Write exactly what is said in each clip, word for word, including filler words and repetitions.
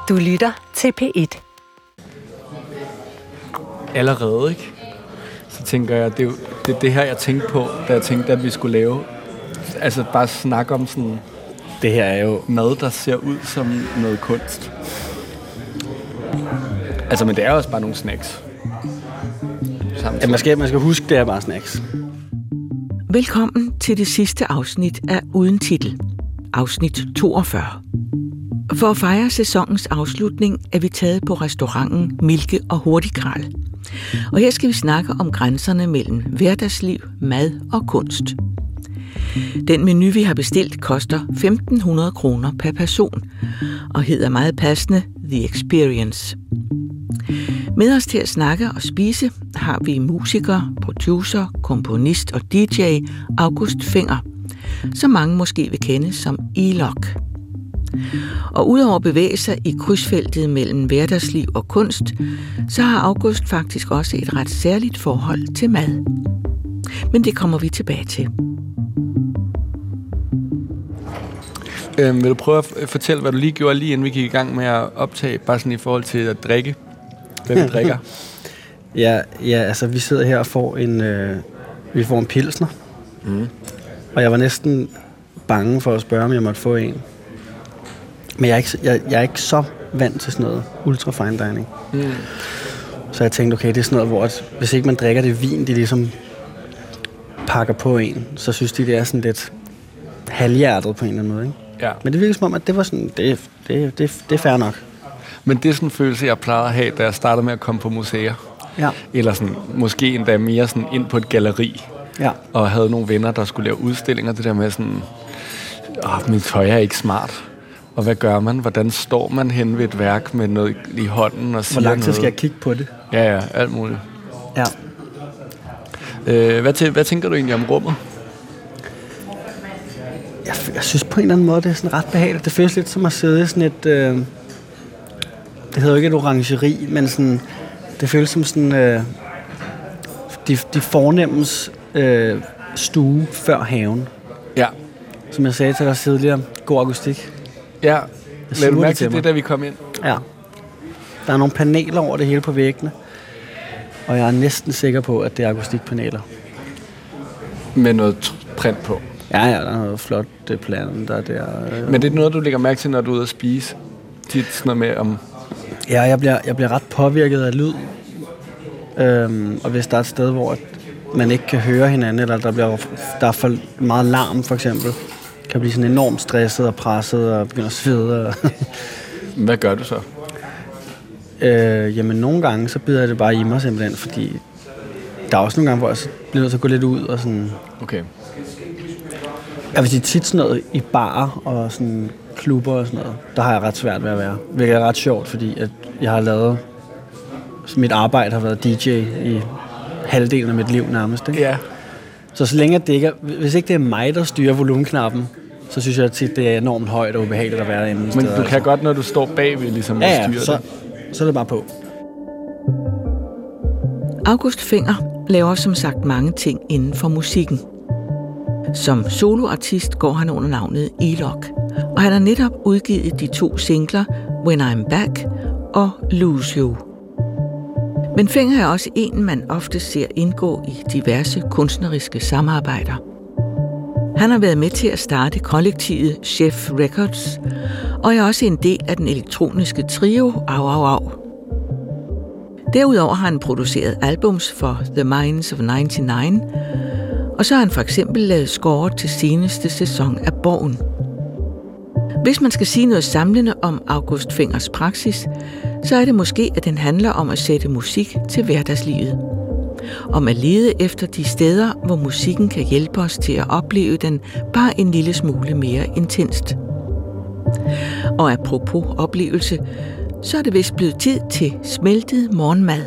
Du lytter til P et. Allerede, ikke? Så tænker jeg, det er jo, det, er det her, jeg tænkte på, da jeg tænkte, at vi skulle lave. Altså bare snakke om sådan... Det her er jo mad, der ser ud som noget kunst. Altså, men det er også bare nogle snacks. Ja, man, skal, man skal huske, det er bare snacks. Velkommen til det sidste afsnit af Uden Titel. Afsnit toogfyrre. For at fejre sæsonens afslutning er vi taget på restauranten Milke og Hurtigkral. Og her skal vi snakke om grænserne mellem hverdagsliv, mad og kunst. Den menu, vi har bestilt, koster femten hundrede kroner per person og hedder meget passende The Experience. Med os til at snakke og spise har vi musiker, producer, komponist og D J August Fenger, som mange måske vil kende som E-Lock. Og udover at bevæge sig i krydsfeltet mellem hverdagsliv og kunst, så har August faktisk også et ret særligt forhold til mad. Men det kommer vi tilbage til. Øhm, vil du prøve at fortælle, hvad du lige gjorde, lige inden vi gik i gang med at optage, bare sådan i forhold til at drikke? Hvad vi drikker? ja, ja, altså vi sidder her og får en, øh, vi får en pilsner. Mm. Og jeg var næsten bange for at spørge, om jeg måtte få en. Men jeg er ikke, jeg, jeg er ikke så vant til sådan noget ultra fine dining. Mm. Så jeg tænkte, okay, det er sådan noget, hvor at, hvis ikke man drikker det vin, de ligesom pakker på en, så synes de, det er sådan lidt halvhjertet på en eller anden måde, ikke? Ja. Men det virker som om, at det var sådan, det, det, det, det er fair nok. Men det er sådan en følelse, jeg plejede at have, da jeg startede med at komme på museer. Ja. Eller sådan, måske endda mere sådan ind på et galleri. Ja. Og havde nogle venner, der skulle lave udstillinger. Det der med sådan, åh, mit tøj er ikke smart. Og hvad gør man? Hvordan står man hen ved et værk med noget i hånden og siger Hvor lang tid skal noget? jeg kigge på det? Ja, ja, alt muligt. Ja. Øh, hvad, til, hvad tænker du egentlig om rummet? Jeg, jeg synes på en eller anden måde, det er sådan ret behageligt. Det føles lidt som at sidde i sådan et... Øh, det hedder jo ikke et orangeri, men sådan, det føles som sådan... Øh, de, de fornemmes øh, stue før haven. Ja. Som jeg sagde til dig tidligere, god akustik. Ja, lad du mærke til det, det, da vi kom ind? Ja. Der er nogle paneler over det hele på væggene. Og jeg er næsten sikker på, at det er akustikpaneler. Med noget print på? Ja, ja, der er noget flot det plan, der der. Øh. Men det er noget, du lægger mærke til, når du er ude at spise? Tit sådan noget med om... Ja, jeg bliver, jeg bliver ret påvirket af lyd. Øhm, og hvis der er et sted, hvor man ikke kan høre hinanden, eller der, bliver, der er for meget larm, for eksempel, kan blive sådan enormt stresset og presset og begynder at svede. Hvad gør du så? Øh, jamen, nogle gange, så bider jeg det bare i mig simpelthen, fordi der er også nogle gange, hvor jeg bliver nødt til at gå lidt ud og sådan... Okay. Jeg vil sige tit sådan noget i barer og sådan klubber og sådan noget, der har jeg ret svært ved at være. Hvilket er ret sjovt, fordi at jeg har lavet... Mit arbejde har været D J i halvdelen af mit liv nærmest, ikke? Ja. Så så længe det ikke er, hvis ikke det er mig, der styrer volumenknappen, så synes jeg tit, det er enormt højt og ubehageligt at være derinde. Men du kan altså godt, når du står bagved, ligesom ja, at ja, styre så, det. så er det bare på. August Fenger laver som sagt mange ting inden for musikken. Som soloartist går han under navnet E-Lock, og han har netop udgivet de to singler When I'm Back og Lose You. Men Fenger er også en, man ofte ser indgå i diverse kunstneriske samarbejder. Han har været med til at starte kollektivet Chef Records, og er også en del af den elektroniske trio Au Au Au. Derudover har han produceret albums for The Minds of nioghalvfems, og så har han for eksempel lavet score til seneste sæson af Borgen. Hvis man skal sige noget samlende om August Fengers praksis, så er det måske, at den handler om at sætte musik til hverdagslivet. Om at lede efter de steder, hvor musikken kan hjælpe os til at opleve den bare en lille smule mere intenst. Og apropos oplevelse, så er det vist blevet tid til smeltet morgenmad.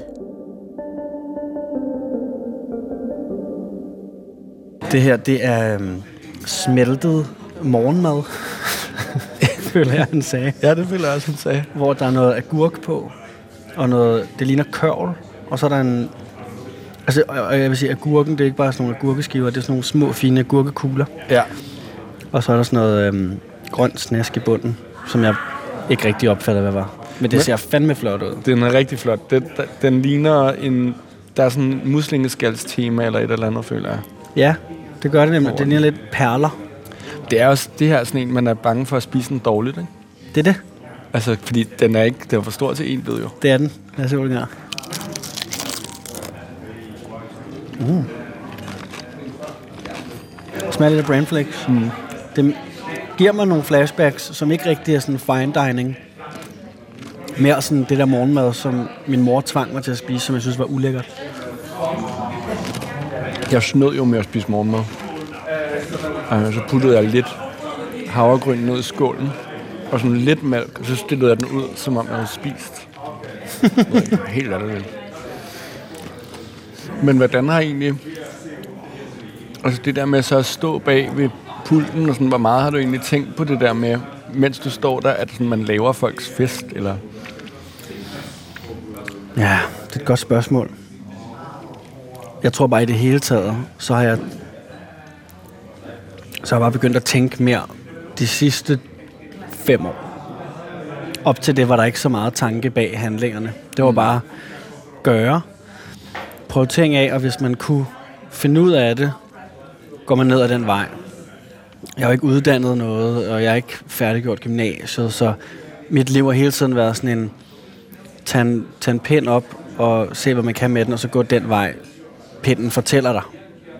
Det her, det er øhm, smeltet morgenmad, føler jeg, han sagde. Ja, det føler jeg også, han sagde. Hvor der er noget agurk på, og noget, det ligner kørvel, og så er der en... Altså, og jeg vil sige, agurken, det er ikke bare sådan nogle agurkeskiver, det er sådan nogle små, fine agurkekugler. Ja. Og så er der sådan noget øhm, grønt snask i bunden, som jeg ikke rigtig opfatter, hvad var. Men det ser fandme flot ud. Den er rigtig flot. Den, den ligner en... Der er sådan en muslingeskaldstema eller et eller andet, føler jeg. Ja, det gør det nemlig. Det ligner lidt perler. Det er også det her sådan en, man er bange for at spise den dårligt, ikke? Det er det. Altså, fordi den er ikke... Den er for stor til en bid, jo. Det er den. Lad os se, hvor den er. Uh. Smager lidt af bran flakes. Mm. Det giver mig nogle flashbacks, som ikke rigtig er sådan fine dining. Mere sådan det der morgenmad, som min mor tvang mig til at spise, som jeg synes var ulækkert. Jeg snød jo med at spise morgenmad. Og så puttede jeg lidt havregryn ned i skålen, og sådan lidt mælk, og så stillede jeg den ud, som om jeg havde spist. Det var helt andet. Men hvordan har egentlig... Altså det der med så at stå bag ved pulten, og sådan, hvor meget har du egentlig tænkt på det der med, mens du står der, at sådan, man laver folks fest, eller... Ja, det er et godt spørgsmål. Jeg tror bare i det hele taget, så har jeg så har jeg bare begyndt at tænke mere de sidste fem år. Op til det var der ikke så meget tanke bag handlingerne. Det var bare gøre. Prøv ting af, og hvis man kunne finde ud af det, går man ned ad den vej. Jeg har jo ikke uddannet noget, og jeg har ikke færdiggjort gymnasiet, så mit liv har hele tiden været sådan en Tag en, tag en pind op og se, hvad man kan med den, og så gå den vej, pinden fortæller dig.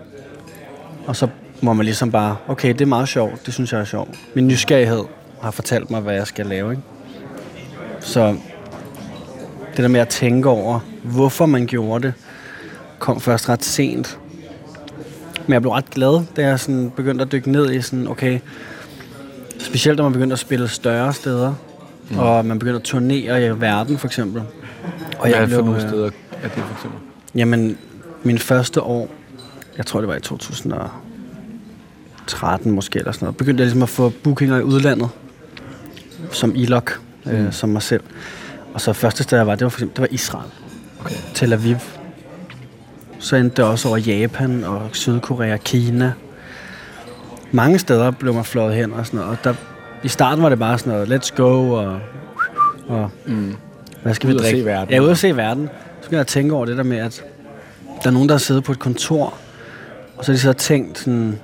Og så må man ligesom bare, okay, det er meget sjovt, det synes jeg er sjovt. Min nysgerrighed har fortalt mig, hvad jeg skal lave, ikke? Så det der med at tænke over, hvorfor man gjorde det, kom først ret sent. Men jeg blev ret glad, da jeg sådan begyndte at dykke ned i sådan, okay, specielt når man begyndte at spille større steder, Mm. og man begynder at turnere i verden, for eksempel. Og jeg Hvad blev, for nogle steder er det, for eksempel? Jamen, min første år, jeg tror, det var i to tusind og tretten måske, eller sådan noget, begyndte jeg ligesom at få bookinger i udlandet, som I L O C, mm. øh, som mig selv. Og så første sted, jeg var, det var for eksempel, det var Israel. Okay. Tel Aviv. Så endte det også over Japan og Sydkorea, Kina. Mange steder blev man fløjet hen og sådan noget, og der i starten var det bare sådan noget, let's go, og, og mm. hvad skal vi drikke? Se verden. Ja, ude at se verden. Så skal jeg tænke over det der med, at der er nogen, der har siddet på et kontor, og så har de så tænkt sådan,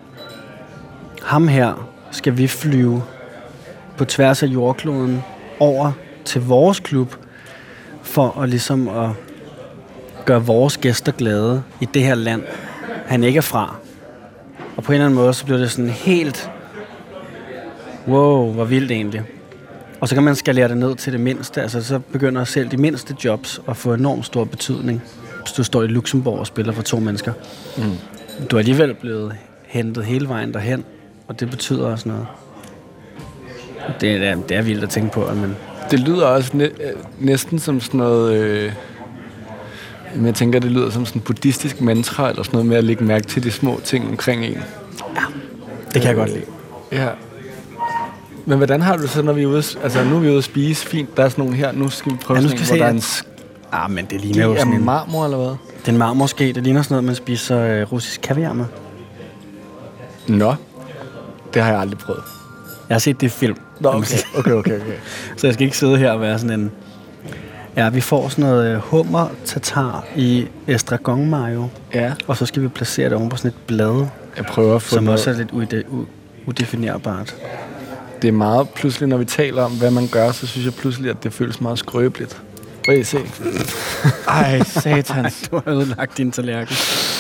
ham her skal vi flyve på tværs af jordkloden over til vores klub, for at ligesom at gøre vores gæster glade i det her land, han ikke er fra. Og på en eller anden måde, så bliver det sådan helt... Wow, hvor vildt egentlig. Og så kan man skalere det ned til det mindste. Altså så begynder selv de mindste jobs at få enormt stor betydning. Hvis du står i Luxembourg og spiller for to mennesker. Mm. Du er alligevel blevet hentet hele vejen derhen. Og det betyder også noget. Det er, det er vildt at tænke på. Men... Det lyder også næ- næsten som sådan noget... Øh jeg tænker, det lyder som sådan en buddhistisk mantra, eller sådan noget med at lægge mærke til de små ting omkring en. Ja, det kan jeg godt lide. Ja. Men hvordan har du så, når vi er ude, altså nu er vi ude at spise, fint, der er sådan nogle her, nu skal vi prøve ja, sådan en, hvor der er en sk- ah, men det ligner jo sådan en marmor, eller hvad? Det er en marmorske, det ligner sådan noget, man spiser øh, russisk kaviar med. Nå, det har jeg aldrig prøvet. Jeg har set det i film. Nå, okay, okay, okay, okay. Så jeg skal ikke sidde her og være sådan en... Ja, vi får sådan noget øh, hummer tatar i estragon mayo. Ja. Og så skal vi placere det oven på sådan et blad. Jeg prøver at få som noget... også er lidt ude- u- udefinerbart. Det er meget pludselig, når vi taler om, hvad man gør, så synes jeg pludselig, at det føles meget skrøbeligt. Prøv at se. Ej, satans. Du har ødelagt din tallerken.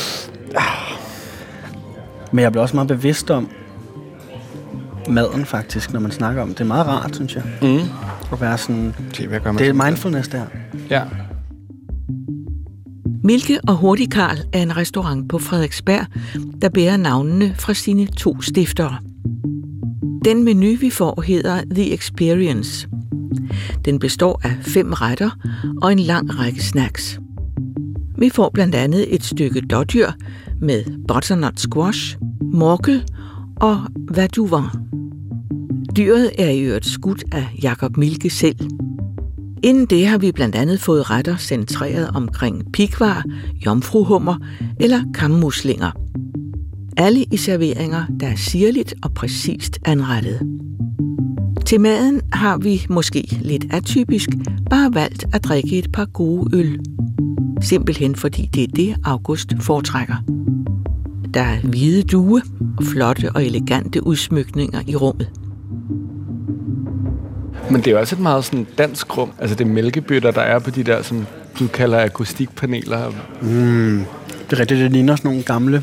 Men jeg bliver også meget bevidst om maden faktisk, når man snakker om det. Det er meget rart, synes jeg. Mm. At være sådan... Se, hvad gør man det er mindfulness, der. Ja. Milke og Hurtig Karl er en restaurant på Frederiksberg, der bærer navnene fra sine to stiftere. Den menu, vi får, hedder The Experience. Den består af fem retter og en lang række snacks. Vi får blandt andet et stykke dådyr med butternut squash, morkel og vadouvan. Dyret er i øvrigt skudt af Jakob Milke selv. Inden det har vi blandt andet fået retter centreret omkring pikvar, jomfruhummer eller kammuslinger. Alle i serveringer, der er sirligt og præcist anrettet. Til maden har vi, måske lidt atypisk, bare valgt at drikke et par gode øl. Simpelthen fordi det er det, August foretrækker. Der er hvide due og flotte og elegante udsmykninger i rummet. Men det er jo også et meget sådan dansk rum. Altså det mælkebøtter, der er på de der, som du kalder akustikpaneler. Mm, det er rigtigt, det ligner sådan nogle gamle,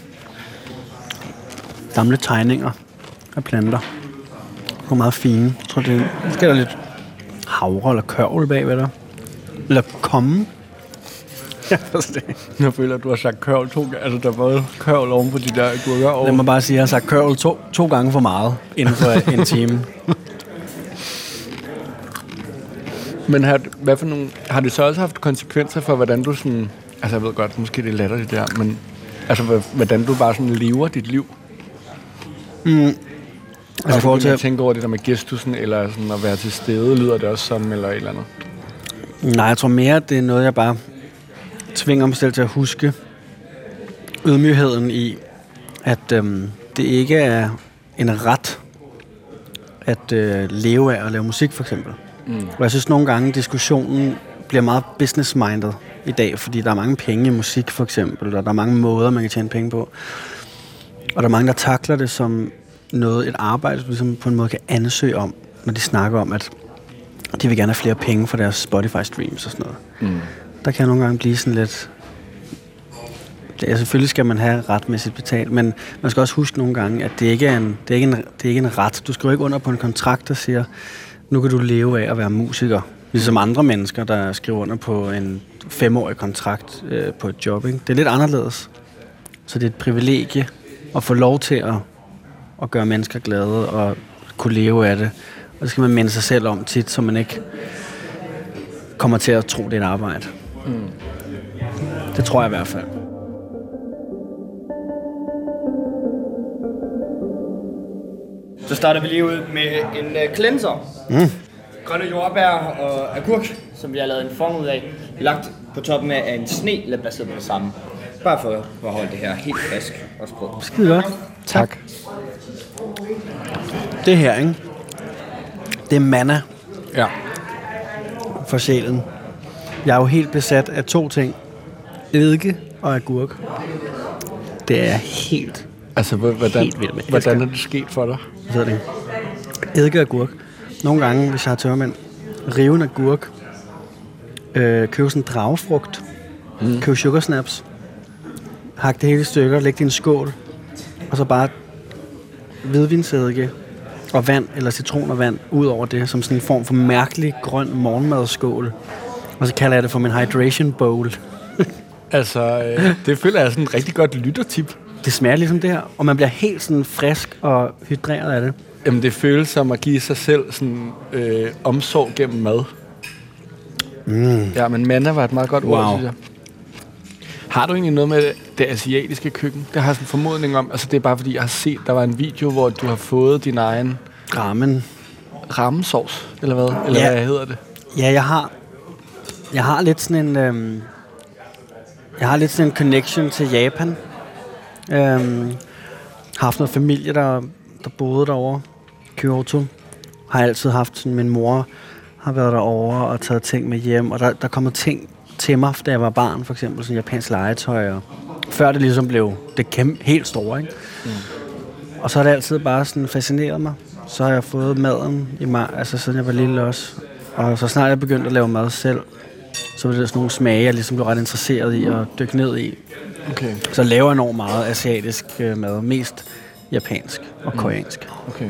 gamle tegninger af planter. De er meget fine. Jeg tror, det er, måske er der lidt havre eller kørvel bagved der. Eller komme. Jeg forstår det. Jeg føler, at du har sagt kørvel to gange. Altså, der er både kørvel oven på de der agurker over. Lad mig bare sige, at jeg har sagt kørvel to, to gange for meget inden for en time. Men har, hvad for nogle, har det så også haft konsekvenser for, hvordan du sådan... Altså, jeg ved godt, måske det er latterligt der, men... Altså, hvordan du bare sådan lever dit liv? Mm. Altså, i forhold til at tænke over det der med gestusen, eller sådan at være til stede, lyder det også som, eller et eller andet? Nej, jeg tror mere, at det er noget, jeg bare tvinger mig selv til at huske. Ydmygheden i, at øhm, det ikke er en ret at øh, leve af at lave musik, for eksempel. Mm. Og jeg synes nogle gange, diskussionen bliver meget business-minded i dag, fordi der er mange penge i musik, for eksempel, og der er mange måder, man kan tjene penge på. Og der er mange, der takler det som noget, et arbejde, som ligesom på en måde kan ansøge om, når de snakker om, at de vil gerne have flere penge for deres Spotify-streams og sådan noget. Mm. Der kan jeg nogle gange blive sådan lidt... Det er, selvfølgelig skal man have retmæssigt betalt, men man skal også huske nogle gange, at det ikke er en, det er ikke en, det er ikke en ret. Du skriver ikke under på en kontrakt, der siger, nu kan du leve af at være musiker. Ligesom andre mennesker, der skriver under på en femårig kontrakt øh, på et job. Ikke? Det er lidt anderledes. Så det er et privilegie at få lov til at, at gøre mennesker glade og kunne leve af det. Og det skal man minde sig selv om tit, så man ikke kommer til at tro, det er et arbejde. Mm. Det tror jeg i hvert fald. Så starter vi lige ud med en uh, cleanser. Mm. Grønne jordbær og agurk, som vi har lavet en form ud af, lagt på toppen af en sne, lidt baseret på det samme. Bare for at holde det her helt frisk og sprødt. Skide godt. Tak. Det her, ikke? Det er manna. Ja. For sjælen. Jeg er jo helt besat af to ting. Eddike og agurk. Det er helt, altså, hvordan, helt vildt med. Hvordan er det sket for dig? Hvad hedder det? Eddike og agurk. Nogle gange, hvis jeg har tørmænd, rive en agurk, øh, købe sådan en dragefrugt, mm. købe sugar snaps, hak det hele i stykker, læg det i en skål, og så bare hvidvinsedike og vand, eller citron og vand, ud over det, som sådan en form for mærkelig grøn morgenmadsskål. Og så kalder jeg det for min hydration bowl. Altså, øh, det føler jeg er sådan en rigtig godt lyttertip. Det smager ligesom det her, og man bliver helt sådan frisk og hydreret af det. Jamen, det føles som at give sig selv sådan øh, omsorg gennem mad. Mm. Ja, men manna var et meget godt wow. ord, synes jeg. Har du egentlig noget med det asiatiske køkken? Det har jeg sådan en formodning om. Altså, det er bare fordi, jeg har set, der var en video, hvor du har fået din egen... Ramen. Ramensauce, eller hvad? Eller ja. hvad hedder det? Ja, jeg har... Jeg har lidt sådan en... Øhm, jeg har lidt sådan en connection til Japan. Øhm, har haft noget familie, der, der boede derovre. Kyoto. Har altid haft sådan... Min mor har været derovre og taget ting med hjem. Og der, der kommer ting til mig, da jeg var barn, for eksempel sådan japansk legetøj. Og før det ligesom blev det kæmpe, helt store, ikke? Mm. Og så har det altid bare sådan fascineret mig. Så har jeg fået maden i mig, altså siden jeg var lille også. Og så snart jeg begyndte at lave mad selv, så var det sådan nogle smage, jeg ligesom blev ret interesseret i at dykke ned i. Okay. Så jeg laver enormt meget asiatisk øh, mad, mest japansk og mm. koreansk. Okay.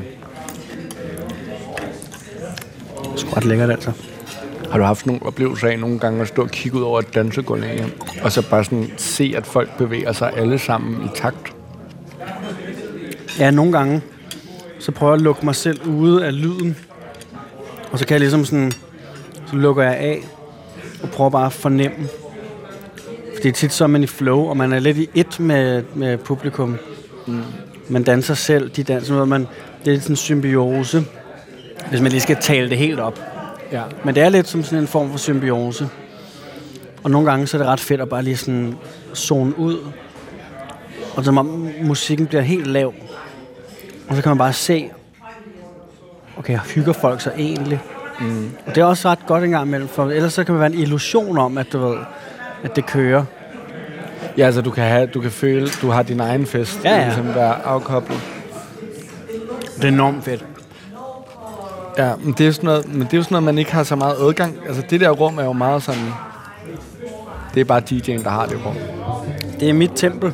Det er sgu ret lækkert, altså. Har du haft nogle oplevelser af nogle gange at stå og kigge ud over et dansegulv hjem, og så bare sådan se, at folk bevæger sig alle sammen i takt? Ja, nogle gange. Så prøver jeg at lukke mig selv ude af lyden. Og så kan jeg ligesom sådan... Så lukker jeg af og prøver bare at fornemme. Fordi tit så er man i flow, og man er lidt i et med, med publikum. Mm. Man danser selv, de danser. Man, det er lidt sådan en symbiose, hvis man lige skal tale det helt op. Ja. Men det er lidt som sådan en form for symbiose. Og nogle gange så er det ret fedt at bare lige sådan zone ud. Og så musikken bliver helt lav. Og så kan man bare se, okay, hygger folk så egentlig? Mm. Og det er også ret godt en gang imellem, for ellers så kan man være en illusion om, at du ved, at det kører. Ja, altså du kan, have, du kan føle, du har din egen fest, ja, ja. Ligesom være afkoblet. Det er enormt fedt. Ja, men det er jo sådan noget, men det er jo sådan noget, man ikke har så meget adgang. Altså det der rum er jo meget sådan, det er bare D J'en, der har det rum. Det er mit tempel.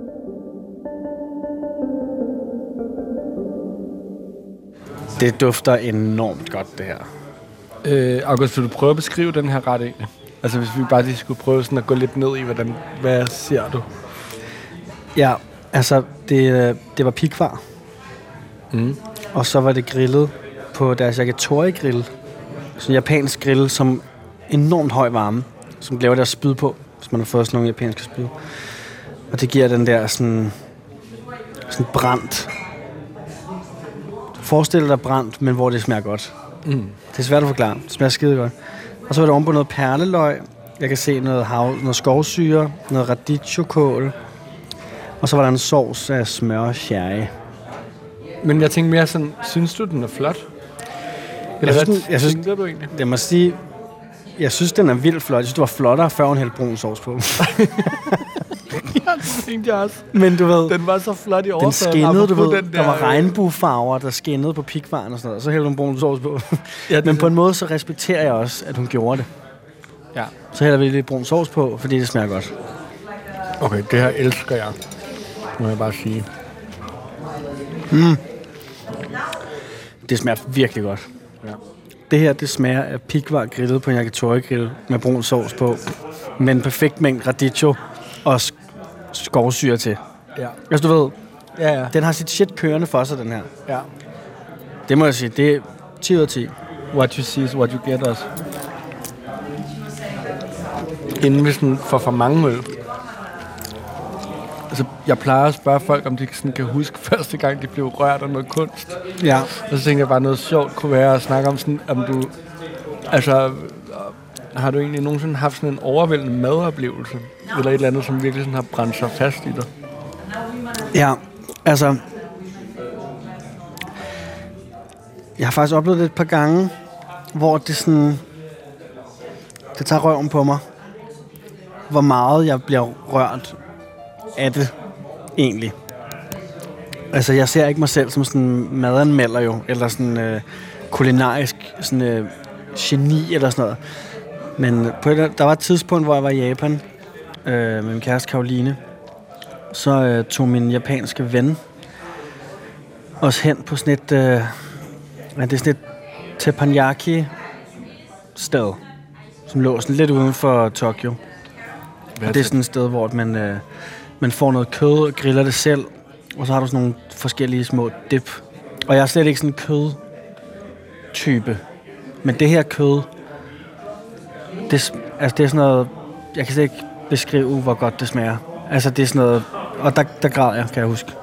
Det dufter enormt godt, det her. Øh, August, vil du prøve at beskrive den her ret egentlig? Altså hvis vi bare lige skulle prøve sådan at gå lidt ned i, hvordan, hvad ser du? Ja, altså det, det var pikvar. Mm. Og så var det grillet på deres yakitori-grill. Sådan en japansk grill, som enormt høj varme, som laver deres spyd på, hvis man har fået sådan nogle japanske spyd. Og det giver den der sådan, sådan brændt. Forestil dig brændt, men hvor det smager godt. Mm. Det er svært at forklare. Det smager skide godt. Og så var det oven på noget perleløg. Jeg kan se noget, hav, noget skovsyre, noget radicchio-kål. Og så var der en sovs af smør og sherry. Men jeg tænker mere sådan, synes du, den er flot? Eller jeg hvad synes, jeg synes, tænker du egentlig? Jeg må sige, jeg synes, den er vildt flot. Jeg synes, det var flottere, før hun hældte brun sovs på. Ja, det tænkte jeg også. Men du ved, den var så flot i overfladen. Den skinnede, du ved, den der, der var regnbuefarver, der skinnede på pikvaren og sådan noget. Så hældte hun brun sovs på. Ja, men på en måde, så respekterer jeg også, at hun gjorde det. Ja. Så hælder vi lidt brun sovs på, fordi det smager godt. Okay, det her elsker jeg. Må jeg bare sige. Mm. Det smager virkelig godt. Ja. Det her, det smager af pikvar grillet på en yakitori-grill med brun sovs på. Med en perfekt mængde radicchio og sk- skovsyre til. Ja. Altså du ved, ja, ja. Den har sit shit kørende for sig, den her. Ja. Det må jeg sige, det er ti ud af ti. What you see is what you get også. Inden vi sådan får for mange øl. Altså, jeg plejer at spørge folk, om de sådan kan huske første gang, de blev rørt af noget kunst. Ja. Og så tænker jeg bare, noget sjovt kunne være at snakke om sådan, om du... Altså, har du egentlig nogensinde haft sådan en overvældende madoplevelse? Eller et eller andet, som virkelig sådan har brændt sig fast i dig? Ja, altså... Jeg har faktisk oplevet det et par gange, hvor det sådan... Det tager røven på mig. Hvor meget jeg bliver rørt af det, egentlig. Altså, jeg ser ikke mig selv som sådan madanmelder jo, eller sådan øh, kulinarisk sådan, øh, geni, eller sådan noget. Men på et, der var et tidspunkt, hvor jeg var i Japan, øh, med min kæreste Karoline. Så øh, tog min japanske ven os hen på sådan et, øh, ja, det er sådan et teppanyaki-sted, som lå sådan lidt uden for Tokyo. Og det er sådan et sted, hvor man, øh, man får noget kød og griller det selv, og så har du sådan nogle forskellige små dip. Og jeg er slet ikke sådan en kød-type. Men det her kød, det, altså det er sådan noget, jeg kan slet ikke beskrive, hvor godt det smager. Altså det er sådan noget, og der, der græd jeg, kan jeg huske.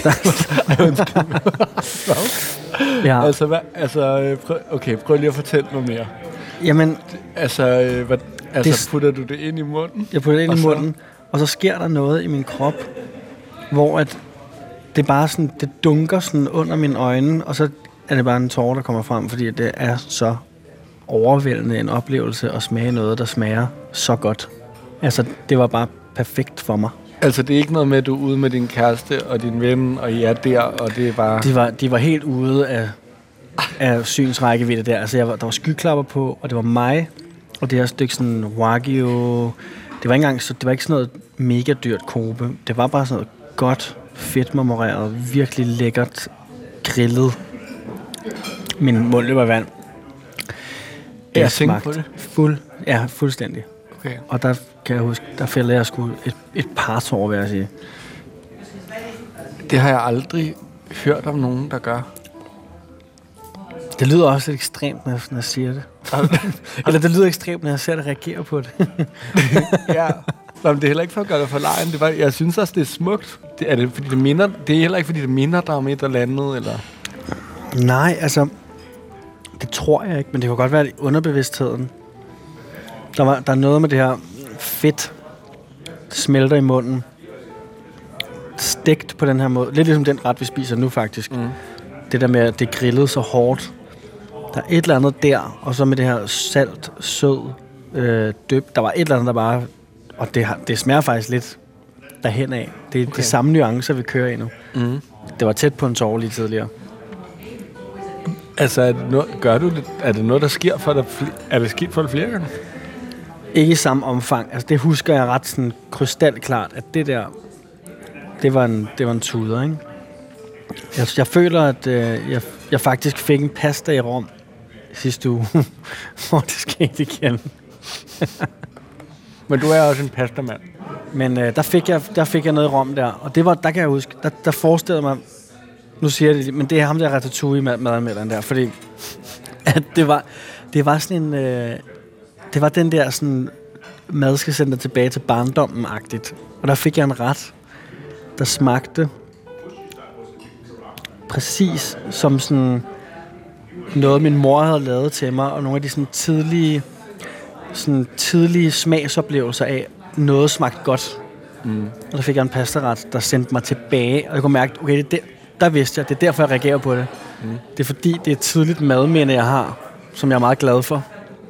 Ja. Altså, hvad, altså prøv, okay, prøv lige at fortælle mig mere. Jamen, altså, hvad, altså det, putter du det ind i munden? Jeg putter det ind i munden, og så sker der noget i min krop, hvor at det bare sådan, det dunker sådan under mine øjne, og så er det bare en tåre, der kommer frem, fordi det er så overvældende en oplevelse at smage noget, der smager så godt. Altså, det var bare perfekt for mig. Altså, det er ikke noget med, at du er ude med din kæreste og din ven, og I er der, og det er bare... De var, de var helt ude af, af synsrækkevidde der. Altså, jeg var, der var skyklapper på, og det var mig, og det her stykke sådan wagyu. Det var ikke engang, så det var ikke sådan noget mega dyrt Kobe. Det var bare sådan noget godt, fedt marmoreret, virkelig lækkert grillet. Min mund løber vand. Jeg tænkte på det. Fuld, ja, fuldstændig. Okay. Og der kan jeg huske, der fældede jeg sgu et, et par tår, vil jeg sige. Det har jeg aldrig hørt om nogen, der gør. Det lyder også lidt ekstremt, når jeg siger det. Eller det lyder ekstremt, når jeg ser det reagere på det. Ja. Nå, det er heller ikke for at gøre det for lejen. Det var, jeg synes også, det er smukt. Det er, det, fordi det, minder, det er heller ikke, fordi det minder dig om et eller andet, eller... Nej, altså... Det tror jeg ikke, men det kan godt være i underbevidstheden. Der, var, der er noget med det her fedt, det smelter i munden. Stegt på den her måde. Lidt ligesom den ret, vi spiser nu faktisk. Mm. Det der med, at det er grillet så hårdt. Der er et eller andet der, og så med det her salt, sød, øh, døb. Der var et eller andet, der bare... Og det, har, det smager faktisk lidt derhen af. Det er okay. De samme nuancer, vi kører i nu. Mm. Det var tæt på en tårer lige tidligere. Altså, er det noget, gør du det? Er det noget, der sker for dig? Er det sket for dig flere gange? Ikke i samme omfang. Altså, det husker jeg ret sådan krystalklart, at det der, det var en, det var en tuder, ikke? Jeg, jeg føler, at øh, jeg, jeg faktisk fik en pasta i Rom sidste uge, hvor det skete igen. Men du er også en pastamand. Men øh, der, fik jeg, der fik jeg noget i Rom der, og det var, der kan jeg huske, der, der forestillede mig, nu siger jeg det, men det er ham der Ratatouille-madanmelderen der, fordi at det var, det var sådan en, øh, det var den der sådan, mad skal sende dig tilbage til barndommen-agtigt. Og der fik jeg en ret, der smagte præcis som sådan noget, min mor havde lavet til mig, og nogle af de sådan tidlige, sådan tidlige smagsoplevelser af, noget smagte godt. Mm. Og så fik jeg en pastaret, der sendte mig tilbage, og jeg kunne mærke, okay, det der, der vidste jeg, det er derfor, jeg reagerer på det. Mm. Det er fordi, det er et tidligt madminde, jeg har, som jeg er meget glad for.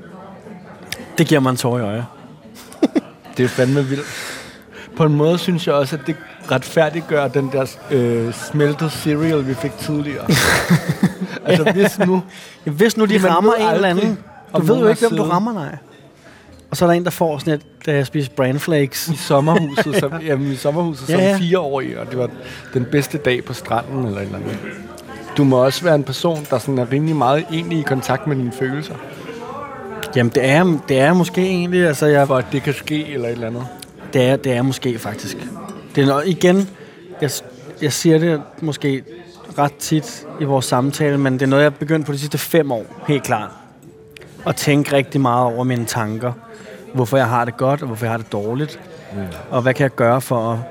Det giver mig en tår i øje. Det er fandme vildt. På en måde synes jeg også, at det retfærdiggør den der øh, smeltet cereal, vi fik tidligere. Altså hvis nu... Ja, hvis nu de rammer en eller anden... Du ved jo ikke, hvem du rammer, nej. Og så er der en, der får sådan et, da jeg spiser bran flakes. I sommerhuset, som, jamen, i sommerhuset ja, ja. som fire år i, og det var den bedste dag på stranden eller et eller andet. Du må også være en person, der sådan er rimelig meget egentlig i kontakt med dine følelser. Jamen, det er, det er måske egentlig, altså jeg... For at det kan ske eller et eller andet. Det er, det er måske faktisk. Det er noget, igen, jeg, jeg siger det måske ret tit i vores samtale, men det er noget, jeg har begyndt på de sidste fem år, helt klart. At tænke rigtig meget over mine tanker. Hvorfor jeg har det godt, og hvorfor jeg har det dårligt. Mm. Og hvad kan jeg gøre for at,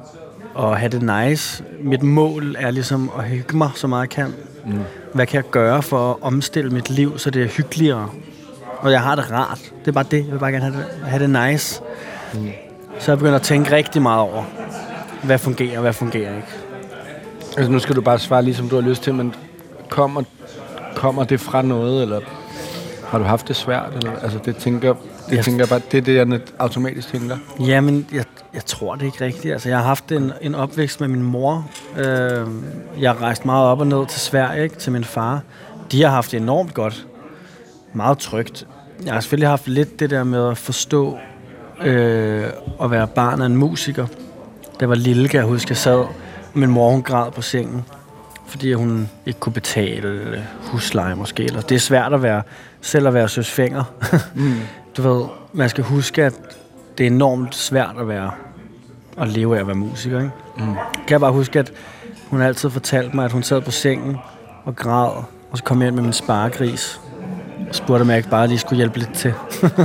at have det nice. Mit mål er ligesom at hygge mig så meget jeg kan. Mm. Hvad kan jeg gøre for at omstille mit liv, så det er hyggeligere. Og jeg har det rart. Det er bare det. Jeg vil bare gerne have det, have det nice. Mm. Så jeg begynder at tænke rigtig meget over, hvad fungerer og hvad fungerer ikke. Altså nu skal du bare svare lige som du har lyst til, men kommer, kommer det fra noget, eller har du haft det svært? Eller? Altså det tænker, det jeg tænker bare, det er det, jeg automatisk tænker. Jamen, jeg, jeg tror det ikke rigtigt. Altså jeg har haft en, en opvækst med min mor. Øh, jeg har rejst meget op og ned til Sverige, ikke, til min far. De har haft det enormt godt. Meget trygt. Jeg har selvfølgelig haft lidt det der med at forstå øh, at være barn af en musiker. Da jeg var lille, kan jeg huske, jeg sad, og min mor hun græd på sengen, fordi hun ikke kunne betale husleje måske. Eller det er svært at være, selv at være søsfænger. mm. Du ved, man skal huske, at det er enormt svært at være, at leve af at være musiker, ikke? Mm. Kan jeg bare huske, at hun altid fortalte mig, at hun sad på sengen og græd, og så kom jeg ind med min sparegris. Og spurgte, om jeg ikke bare lige skulle hjælpe lidt til.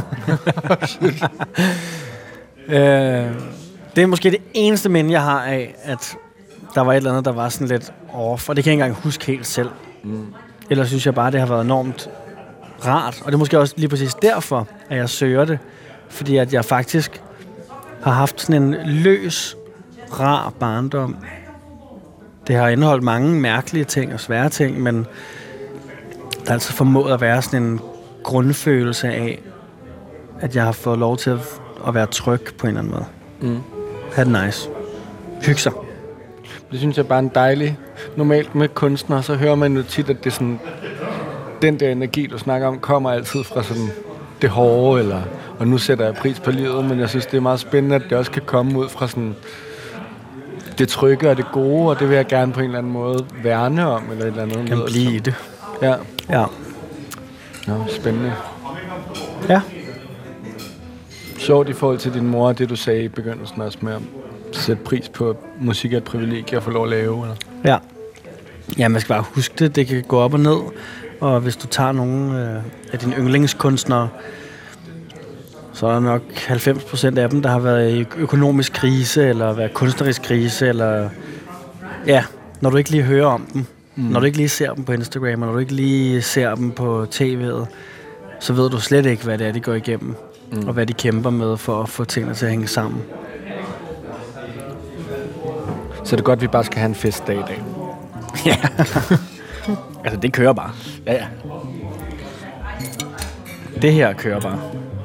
øh, det er måske det eneste minde, jeg har af, at der var et eller andet, der var sådan lidt off. Og det kan jeg ikke engang huske helt selv. Mm. Ellers synes jeg bare, det har været enormt rart. Og det er måske også lige præcis derfor, at jeg søger det. Fordi at jeg faktisk har haft sådan en løs, rar barndom. Det har indeholdt mange mærkelige ting og svære ting, men der er altså formået at være sådan en grundfølelse af, at jeg har fået lov til at, at være tryg på en eller anden måde. Mm. Ha' det nice. Hygge sig. Det synes jeg bare er en dejlig... Normalt med kunstnere, så hører man jo tit, at det er sådan... Den der energi, du snakker om, kommer altid fra sådan det hårde, eller... Og nu sætter jeg pris på livet, men jeg synes, det er meget spændende, at det også kan komme ud fra sådan... Det trygge og det gode, og det vil jeg gerne på en eller anden måde værne om, eller et eller andet. Kan blive det. Ja. Ja. Nå, spændende. Ja. Sjovt i forhold til din mor, det du sagde i begyndelsen også med at sætte pris på musik er et privilegie at få lov at lave, eller? Ja. Ja, man skal bare huske det. Det kan gå op og ned. Og hvis du tager nogle øh, af dine yndlingskunstnere, så er der nok halvfems procent af dem, der har været i økonomisk krise, eller været kunstnerisk krise, eller... Ja, når du ikke lige hører om dem, mm. når du ikke lige ser dem på Instagram, og når du ikke lige ser dem på tv'et, så ved du slet ikke, hvad det er, de går igennem, mm. og hvad de kæmper med for at få tingene til at hænge sammen. Så det er godt, at vi bare skal have en festdag i dag. Ja. Altså, det kører bare. Ja, ja. Det her kører bare.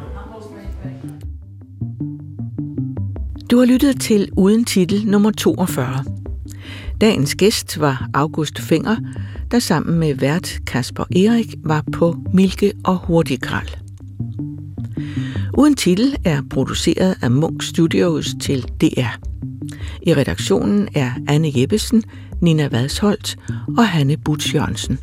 Du har lyttet til Uden titel nummer toogfyrre. Dagens gæst var August Fenger, der sammen med vært Kasper Erik var på Milke og Hurtigrald. Uden titel er produceret af Munk Studios til D R. I redaktionen er Anne Jeppesen, Nina Vadsholt og Hanne Butz Jørgensen.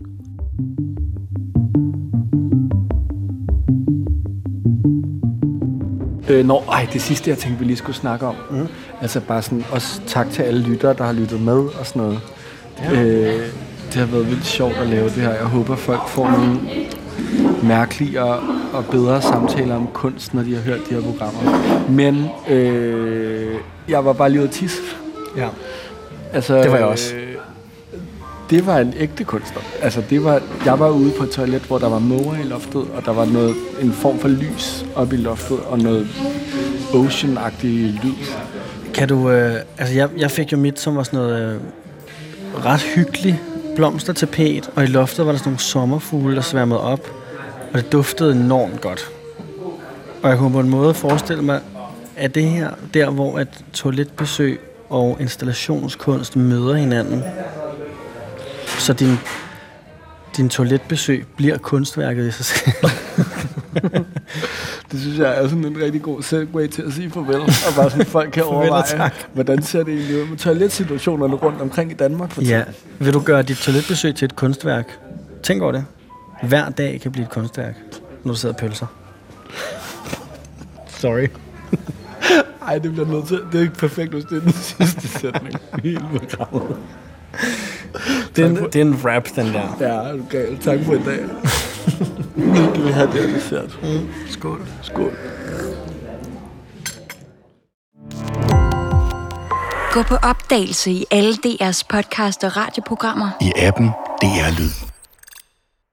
Øh, nå, ej, det sidste, jeg tænkte, vi lige skulle snakke om. Mm. Altså bare sådan, også tak til alle lyttere, der har lyttet med og sådan noget. Ja. Øh, det har været vildt sjovt at lave det her. Jeg håber, folk får nogle mærkelige og, og bedre samtaler om kunst, når de har hørt de her programmer. Men øh, jeg var bare lige ude at tisse. Ja. Altså, det var jeg også. Øh, det var en ægte kunstner. Altså, det var, jeg var ude på et toilet, hvor der var måger i loftet, og der var noget, en form for lys op i loftet, og noget ocean-agtig lyd. Kan du... Øh, altså, jeg, jeg fik jo mit, som var sådan noget øh, ret hyggeligt blomstertapet, og i loftet var der sådan nogle sommerfugle, der sværmede op, og det duftede enormt godt. Og jeg kunne på en måde forestille mig, at det her, der hvor et toiletbesøg og installationskunst møder hinanden, så din, din toiletbesøg bliver kunstværket i sig selv. Det synes jeg er sådan en rigtig god segue til at sige farvel, og bare sådan, folk kan overveje, hvordan ser det egentlig ud med toiletsituationerne rundt omkring i Danmark for ja. Vil du gøre dit toiletbesøg til et kunstværk? Tænk over det. Hver dag kan blive et kunstværk, når du sidder og pølser. Sorry. Ej, det bliver nødt til. Det er ikke perfekt, hvis det er den sidste sætning. Helt programmet. Det er, en, det er en rap, den der. Ja, er du gal. Tak for i dag. Kan vi have det realiseret? Mm. Skål. Skål. Gå på opdagelse i alle D R's podcast og radioprogrammer. I appen D R Lyd.